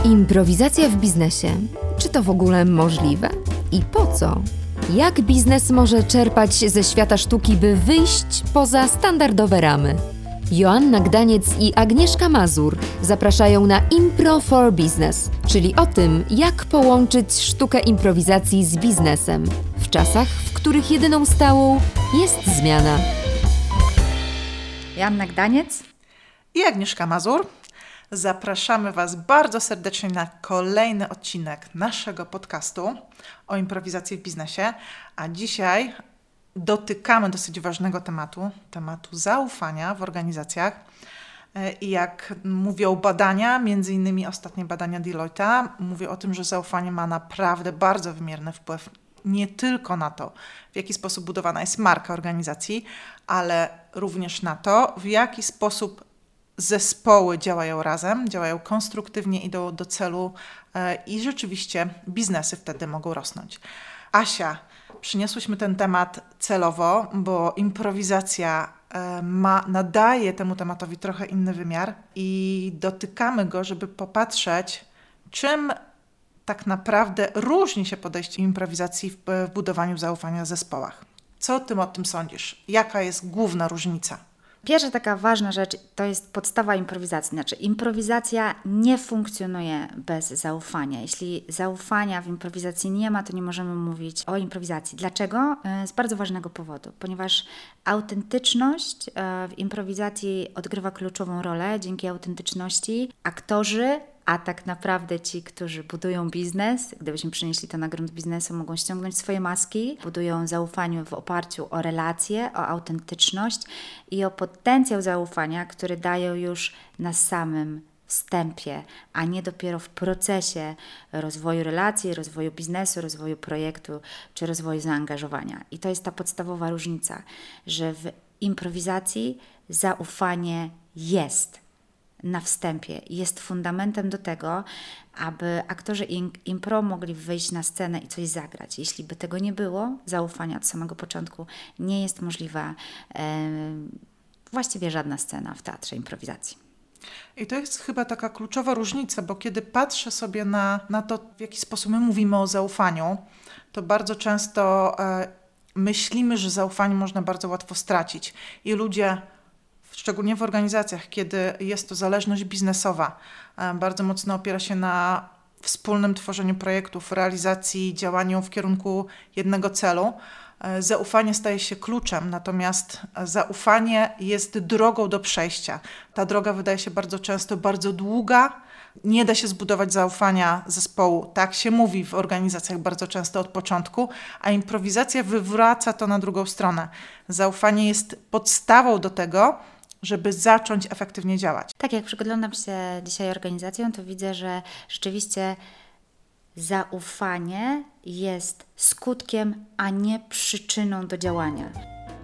Improwizacja w biznesie. Czy to w ogóle możliwe? I po co? Jak biznes może czerpać ze świata sztuki, by wyjść poza standardowe ramy? Joanna Gdaniec i Agnieszka Mazur zapraszają na Impro for Business, czyli o tym, jak połączyć sztukę improwizacji z biznesem w czasach, w których jedyną stałą jest zmiana. Joanna Gdaniec i Agnieszka Mazur. Zapraszamy Was bardzo serdecznie na kolejny odcinek naszego podcastu o improwizacji w biznesie, a dzisiaj dotykamy dosyć ważnego tematu zaufania w organizacjach. I jak mówią badania, między innymi ostatnie badania Deloitte'a, mówią o tym, że zaufanie ma naprawdę bardzo wymierny wpływ nie tylko na to, w jaki sposób budowana jest marka organizacji, ale również na to, w jaki sposób zespoły działają razem, działają konstruktywnie, idą do celu i rzeczywiście biznesy wtedy mogą rosnąć. Asia, przyniosłyśmy ten temat celowo, bo improwizacja nadaje temu tematowi trochę inny wymiar i dotykamy go, żeby popatrzeć, czym tak naprawdę różni się podejście improwizacji w budowaniu zaufania w zespołach. Co Ty o tym sądzisz? Jaka jest główna różnica? Pierwsza taka ważna rzecz to jest podstawa improwizacji. Znaczy, improwizacja nie funkcjonuje bez zaufania. Jeśli zaufania w improwizacji nie ma, to nie możemy mówić o improwizacji. Dlaczego? Z bardzo ważnego powodu. Ponieważ autentyczność w improwizacji odgrywa kluczową rolę. Dzięki autentyczności aktorzy, a tak naprawdę ci, którzy budują biznes, gdybyśmy przenieśli to na grunt biznesu, mogą ściągnąć swoje maski, budują zaufanie w oparciu o relacje, o autentyczność i o potencjał zaufania, który dają już na samym wstępie, a nie dopiero w procesie rozwoju relacji, rozwoju biznesu, rozwoju projektu czy rozwoju zaangażowania. I to jest ta podstawowa różnica, że w improwizacji zaufanie jest na wstępie, jest fundamentem do tego, aby aktorzy impro mogli wyjść na scenę i coś zagrać. Jeśli by tego nie było, zaufania od samego początku, nie jest możliwa właściwie żadna scena w teatrze improwizacji. I to jest chyba taka kluczowa różnica, bo kiedy patrzę sobie na to, w jaki sposób my mówimy o zaufaniu, to bardzo często myślimy, że zaufanie można bardzo łatwo stracić. I ludzie, szczególnie w organizacjach, kiedy jest to zależność biznesowa, bardzo mocno opiera się na wspólnym tworzeniu projektów, realizacji, działaniu w kierunku jednego celu. Zaufanie staje się kluczem, natomiast zaufanie jest drogą do przejścia. Ta droga wydaje się bardzo często bardzo długa. Nie da się zbudować zaufania zespołu, tak się mówi w organizacjach bardzo często od początku, a improwizacja wywraca to na drugą stronę. Zaufanie jest podstawą do tego, żeby zacząć efektywnie działać. Tak, jak przyglądam się dzisiaj organizacjom, to widzę, że rzeczywiście zaufanie jest skutkiem, a nie przyczyną do działania.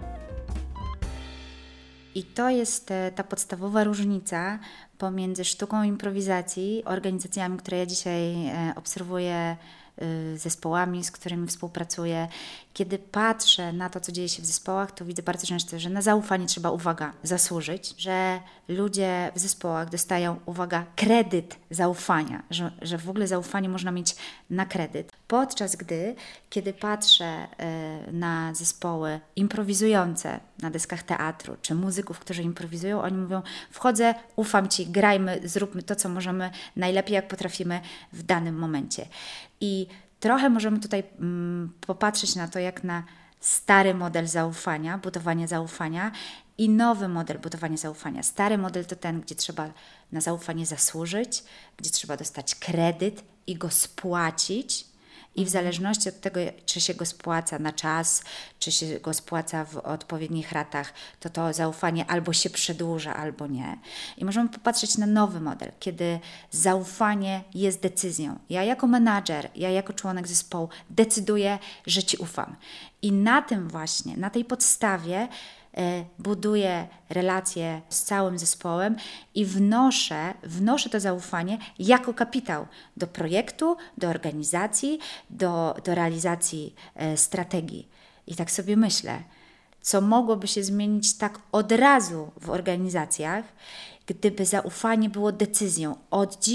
I to jest ta podstawowa różnica pomiędzy sztuką improwizacji, organizacjami, które ja dzisiaj obserwuję, zespołami, z którymi współpracuję. Kiedy patrzę na to, co dzieje się w zespołach, to widzę bardzo często, że na zaufanie trzeba, uwaga, zasłużyć, że ludzie w zespołach dostają, uwaga, kredyt zaufania, że w ogóle zaufanie można mieć na kredyt. Podczas gdy, kiedy patrzę na zespoły improwizujące na deskach teatru, czy muzyków, którzy improwizują, oni mówią: wchodzę, ufam Ci, grajmy, zróbmy to, co możemy najlepiej, jak potrafimy w danym momencie. I trochę możemy tutaj popatrzeć na to, jak na stary model zaufania, budowania zaufania i nowy model budowania zaufania. Stary model to ten, gdzie trzeba na zaufanie zasłużyć, gdzie trzeba dostać kredyt i go spłacić. I w zależności od tego, czy się go spłaca na czas, czy się go spłaca w odpowiednich ratach, to zaufanie albo się przedłuża, albo nie. I możemy popatrzeć na nowy model, kiedy zaufanie jest decyzją. Ja jako menadżer, ja jako członek zespołu decyduję, że Ci ufam. I na tym właśnie, na tej podstawie buduję relacje z całym zespołem i wnoszę to zaufanie jako kapitał do projektu, do organizacji, do realizacji strategii. I tak sobie myślę, co mogłoby się zmienić tak od razu w organizacjach, gdyby zaufanie było decyzją. Od dziś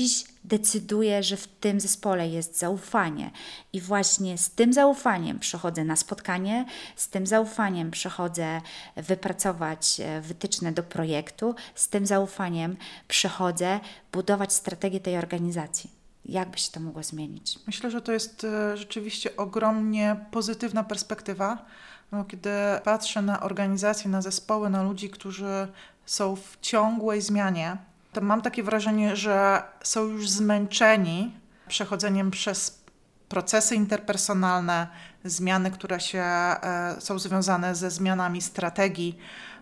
decyduje, że w tym zespole jest zaufanie. I właśnie z tym zaufaniem przychodzę na spotkanie, z tym zaufaniem przychodzę wypracować wytyczne do projektu, z tym zaufaniem przychodzę budować strategię tej organizacji. Jak by się to mogło zmienić? Myślę, że to jest rzeczywiście ogromnie pozytywna perspektywa, no, kiedy patrzę na organizacje, na zespoły, na ludzi, którzy są w ciągłej zmianie, to mam takie wrażenie, że są już zmęczeni przechodzeniem przez procesy interpersonalne, zmiany, które są związane ze zmianami strategii,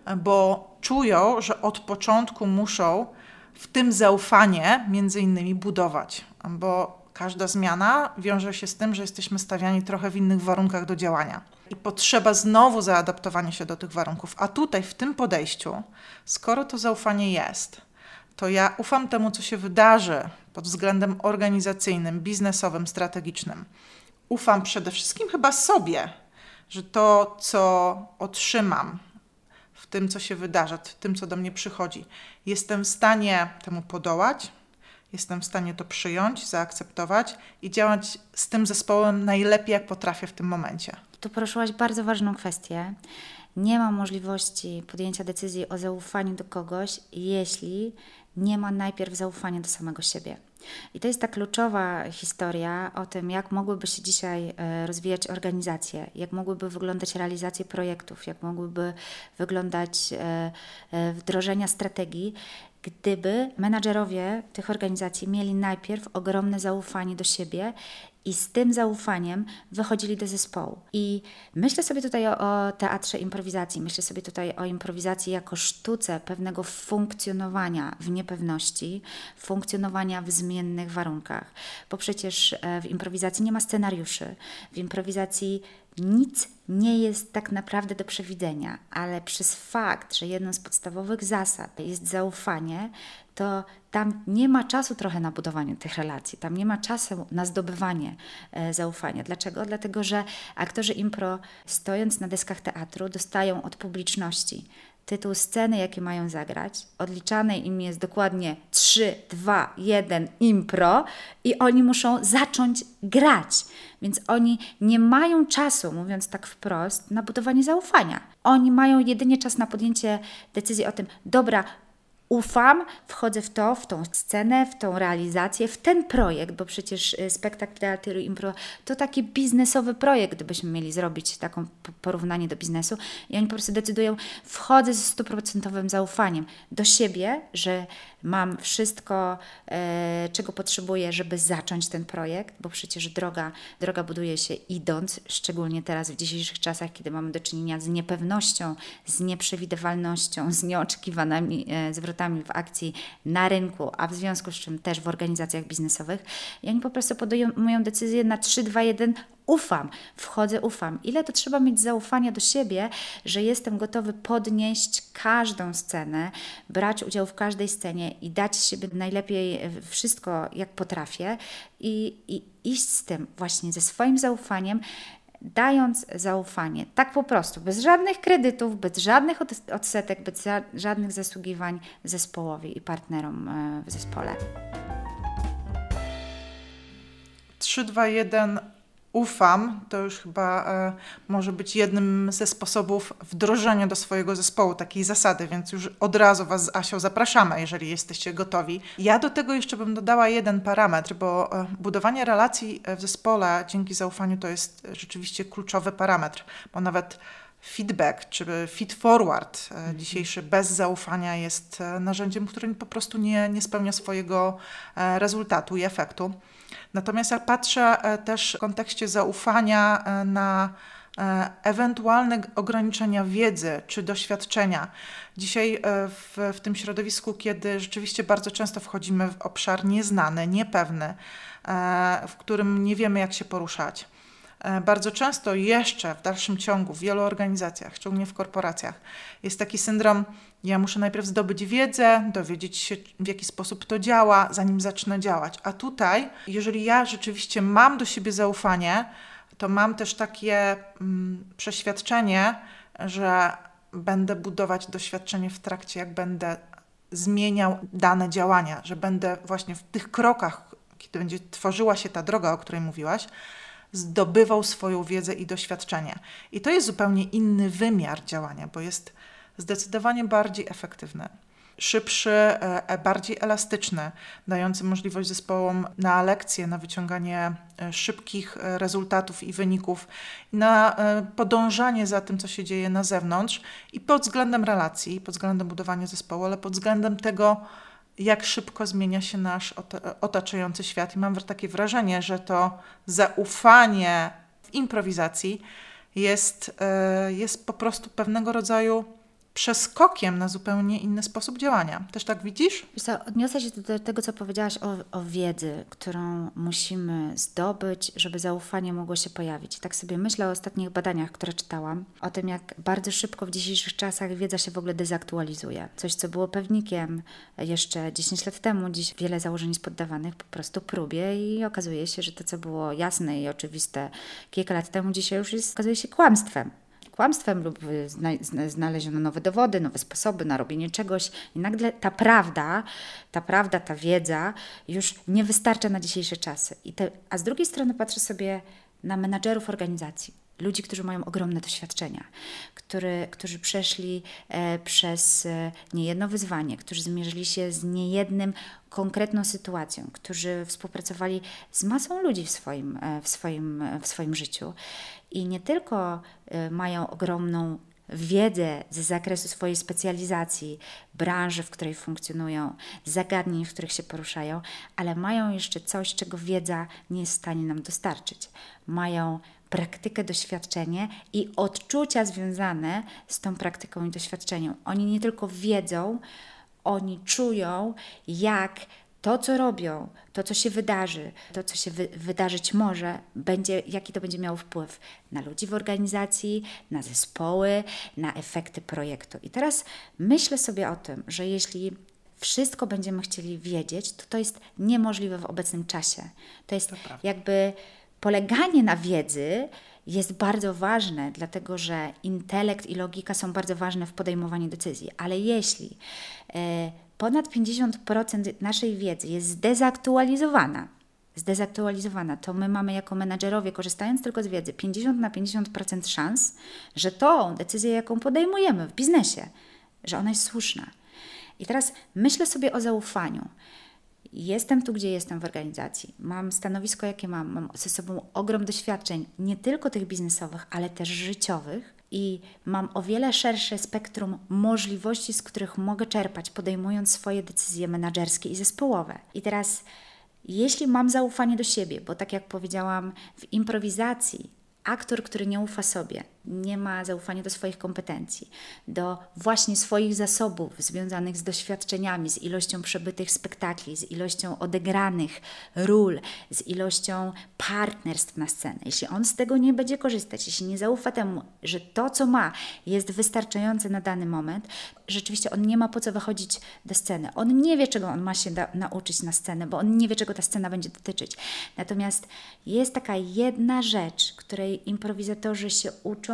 bo czują, że od początku muszą w tym zaufanie między innymi budować, bo każda zmiana wiąże się z tym, że jesteśmy stawiani trochę w innych warunkach do działania i potrzeba znowu zaadaptowania się do tych warunków. A tutaj w tym podejściu, skoro to zaufanie jest, to ja ufam temu, co się wydarzy pod względem organizacyjnym, biznesowym, strategicznym. Ufam przede wszystkim chyba sobie, że to, co otrzymam w tym, co się wydarza, w tym, co do mnie przychodzi, jestem w stanie temu podołać, jestem w stanie to przyjąć, zaakceptować i działać z tym zespołem najlepiej, jak potrafię w tym momencie. Tu poruszyłaś bardzo ważną kwestię. Nie ma możliwości podjęcia decyzji o zaufaniu do kogoś, jeśli nie ma najpierw zaufania do samego siebie. I to jest ta kluczowa historia o tym, jak mogłyby się dzisiaj rozwijać organizacje, jak mogłyby wyglądać realizacje projektów, jak mogłyby wyglądać wdrożenia strategii, gdyby menadżerowie tych organizacji mieli najpierw ogromne zaufanie do siebie i z tym zaufaniem wychodzili do zespołu. I myślę sobie tutaj o teatrze improwizacji, myślę sobie tutaj o improwizacji jako sztuce pewnego funkcjonowania w niepewności, funkcjonowania w zmiennych warunkach, bo przecież w improwizacji nie ma scenariuszy, w improwizacji nic nie jest tak naprawdę do przewidzenia, ale przez fakt, że jedną z podstawowych zasad jest zaufanie, to tam nie ma czasu trochę na budowanie tych relacji, tam nie ma czasu na zdobywanie zaufania. Dlaczego? Dlatego, że aktorzy impro, stojąc na deskach teatru, dostają od publiczności tytuł sceny, jakie mają zagrać. Odliczane im jest dokładnie 3, 2, 1 impro i oni muszą zacząć grać. Więc oni nie mają czasu, mówiąc tak wprost, na budowanie zaufania. Oni mają jedynie czas na podjęcie decyzji o tym, dobra, ufam, wchodzę w tą scenę, w tą realizację, w ten projekt, bo przecież spektakl teatru impro to taki biznesowy projekt, gdybyśmy mieli zrobić taką porównanie do biznesu i oni po prostu decydują, wchodzę ze 100% zaufaniem do siebie, że mam wszystko, czego potrzebuję, żeby zacząć ten projekt, bo przecież droga buduje się idąc, szczególnie teraz w dzisiejszych czasach, kiedy mamy do czynienia z niepewnością, z nieprzewidywalnością, z nieoczekiwanymi zwrotami w akcji na rynku, a w związku z czym też w organizacjach biznesowych. I oni po prostu podejmują decyzję na 3, 2, 1, ufam, wchodzę, ufam. Ile to trzeba mieć zaufania do siebie, że jestem gotowy podnieść każdą scenę, brać udział w każdej scenie i dać z siebie najlepiej wszystko, jak potrafię i iść z tym właśnie ze swoim zaufaniem, dając zaufanie, tak po prostu, bez żadnych kredytów, bez żadnych odsetek, bez żadnych zasługiwań zespołowi i partnerom w zespole. 3, 2, 1 ufam, to już chyba może być jednym ze sposobów wdrożenia do swojego zespołu takiej zasady, więc już od razu Was z Asią zapraszamy, jeżeli jesteście gotowi. Ja do tego jeszcze bym dodała jeden parametr, bo budowanie relacji w zespole dzięki zaufaniu to jest rzeczywiście kluczowy parametr, bo nawet feedback czy feed forward dzisiejszy bez zaufania jest narzędziem, które po prostu nie spełnia swojego rezultatu i efektu. Natomiast ja patrzę też w kontekście zaufania na ewentualne ograniczenia wiedzy czy doświadczenia. Dzisiaj w tym środowisku, kiedy rzeczywiście bardzo często wchodzimy w obszar nieznany, niepewny, w którym nie wiemy, jak się poruszać. Bardzo często jeszcze w dalszym ciągu w wielu organizacjach, szczególnie w korporacjach, jest taki syndrom, ja muszę najpierw zdobyć wiedzę, dowiedzieć się, w jaki sposób to działa, zanim zacznę działać. A tutaj, jeżeli ja rzeczywiście mam do siebie zaufanie, to mam też takie przeświadczenie, że będę budować doświadczenie w trakcie, jak będę zmieniał dane działania, że będę właśnie w tych krokach, kiedy będzie tworzyła się ta droga, o której mówiłaś, zdobywał swoją wiedzę i doświadczenie. I to jest zupełnie inny wymiar działania, bo jest zdecydowanie bardziej efektywny, szybszy, bardziej elastyczny, dający możliwość zespołom na lekcje, na wyciąganie szybkich rezultatów i wyników, na podążanie za tym, co się dzieje na zewnątrz i pod względem relacji, pod względem budowania zespołu, ale pod względem tego, jak szybko zmienia się nasz otaczający świat. I mam takie wrażenie, że to zaufanie w improwizacji jest po prostu pewnego rodzaju przeskokiem na zupełnie inny sposób działania. Też tak widzisz? Wiesz co, odniosę się do tego, co powiedziałaś o wiedzy, którą musimy zdobyć, żeby zaufanie mogło się pojawić. I tak sobie myślę o ostatnich badaniach, które czytałam, o tym, jak bardzo szybko w dzisiejszych czasach wiedza się w ogóle dezaktualizuje. Coś, co było pewnikiem jeszcze 10 lat temu, dziś wiele założeń jest poddawanych po prostu próbie i okazuje się, że to, co było jasne i oczywiste kilka lat temu, dzisiaj już okazuje się kłamstwem lub znaleziono nowe dowody, nowe sposoby na robienie czegoś i nagle ta prawda, ta wiedza już nie wystarcza na dzisiejsze czasy. A z drugiej strony patrzę sobie na menadżerów organizacji, ludzi, którzy mają ogromne doświadczenia, którzy przeszli przez niejedno wyzwanie, którzy zmierzyli się z niejednym konkretną sytuacją, którzy współpracowali z masą ludzi w swoim życiu i nie tylko mają ogromną wiedzę z zakresu swojej specjalizacji, branży, w której funkcjonują, zagadnień, w których się poruszają, ale mają jeszcze coś, czego wiedza nie jest w stanie nam dostarczyć. Mają praktykę, doświadczenie i odczucia związane z tą praktyką i doświadczeniem. Oni nie tylko wiedzą, oni czują, jak to, co robią, to, co się wydarzy, to, co się wydarzyć może, jaki to będzie miało wpływ na ludzi w organizacji, na zespoły, na efekty projektu. I teraz myślę sobie o tym, że jeśli wszystko będziemy chcieli wiedzieć, to jest niemożliwe w obecnym czasie. To jest jakby poleganie na wiedzy jest bardzo ważne, dlatego że intelekt i logika są bardzo ważne w podejmowaniu decyzji. Ale jeśli ponad 50% naszej wiedzy jest zdezaktualizowana, to my mamy jako menadżerowie, korzystając tylko z wiedzy, 50% szans, że tą decyzję, jaką podejmujemy w biznesie, że ona jest słuszna. I teraz myślę sobie o zaufaniu. Jestem tu, gdzie jestem w organizacji, mam stanowisko, jakie mam ze sobą ogrom doświadczeń, nie tylko tych biznesowych, ale też życiowych i mam o wiele szersze spektrum możliwości, z których mogę czerpać, podejmując swoje decyzje menedżerskie i zespołowe. I teraz, jeśli mam zaufanie do siebie, bo tak jak powiedziałam, w improwizacji aktor, który nie ufa sobie, nie ma zaufania do swoich kompetencji, do właśnie swoich zasobów związanych z doświadczeniami, z ilością przebytych spektakli, z ilością odegranych ról, z ilością partnerstw na scenę. Jeśli on z tego nie będzie korzystać, jeśli nie zaufa temu, że to, co ma, jest wystarczające na dany moment, rzeczywiście on nie ma po co wychodzić do sceny. On nie wie, czego on ma się nauczyć na scenę, bo on nie wie, czego ta scena będzie dotyczyć. Natomiast jest taka jedna rzecz, której improwizatorzy się uczą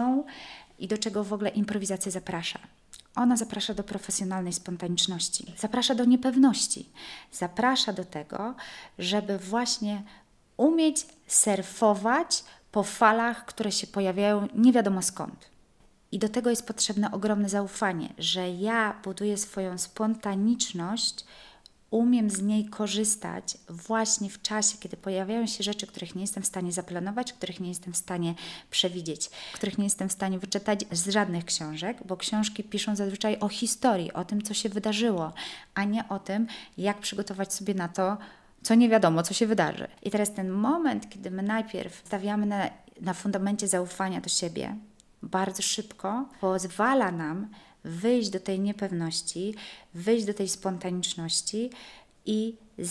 i do czego w ogóle improwizacja zaprasza. Ona zaprasza do profesjonalnej spontaniczności, zaprasza do niepewności, zaprasza do tego, żeby właśnie umieć surfować po falach, które się pojawiają nie wiadomo skąd. I do tego jest potrzebne ogromne zaufanie, że ja buduję swoją spontaniczność, umiem z niej korzystać właśnie w czasie, kiedy pojawiają się rzeczy, których nie jestem w stanie zaplanować, których nie jestem w stanie przewidzieć, których nie jestem w stanie wyczytać z żadnych książek, bo książki piszą zazwyczaj o historii, o tym, co się wydarzyło, a nie o tym, jak przygotować sobie na to, co nie wiadomo, co się wydarzy. I teraz ten moment, kiedy my najpierw stawiamy na fundamencie zaufania do siebie, bardzo szybko pozwala nam wyjść do tej niepewności, wyjść do tej spontaniczności i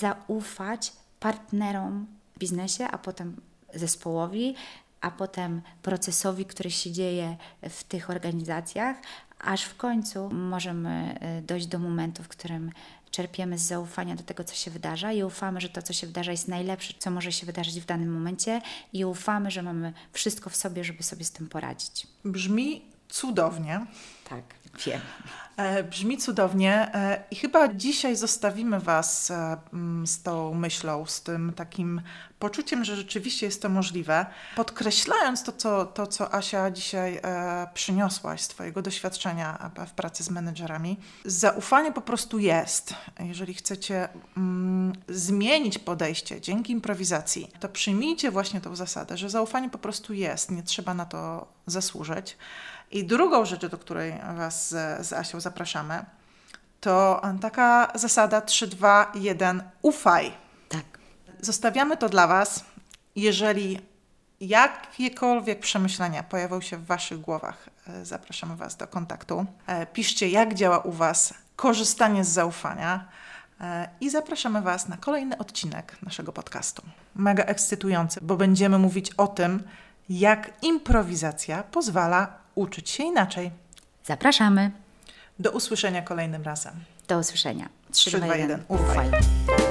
zaufać partnerom w biznesie, a potem zespołowi, a potem procesowi, który się dzieje w tych organizacjach, aż w końcu możemy dojść do momentu, w którym czerpiemy z zaufania do tego, co się wydarza i ufamy, że to, co się wydarza, jest najlepsze, co może się wydarzyć w danym momencie i ufamy, że mamy wszystko w sobie, żeby sobie z tym poradzić. Brzmi cudownie. Tak, wiem. Brzmi cudownie i chyba dzisiaj zostawimy Was z tą myślą, z tym takim poczuciem, że rzeczywiście jest to możliwe, podkreślając to, co Asia dzisiaj przyniosłaś z Twojego doświadczenia w pracy z menedżerami. Zaufanie po prostu jest. Jeżeli chcecie zmienić podejście dzięki improwizacji, to przyjmijcie właśnie tą zasadę, że zaufanie po prostu jest, nie trzeba na to zasłużyć. I drugą rzecz, do której Was z Asią zapraszamy, to taka zasada 3, 2, 1, ufaj. Tak. Zostawiamy to dla Was. Jeżeli jakiekolwiek przemyślenia pojawią się w Waszych głowach, zapraszamy Was do kontaktu. Piszcie, jak działa u Was korzystanie z zaufania i zapraszamy Was na kolejny odcinek naszego podcastu. Mega ekscytujący, bo będziemy mówić o tym, jak improwizacja pozwala uczyć się inaczej. Zapraszamy. Do usłyszenia kolejnym razem. Do usłyszenia. 3, 2, 1. Ufaj.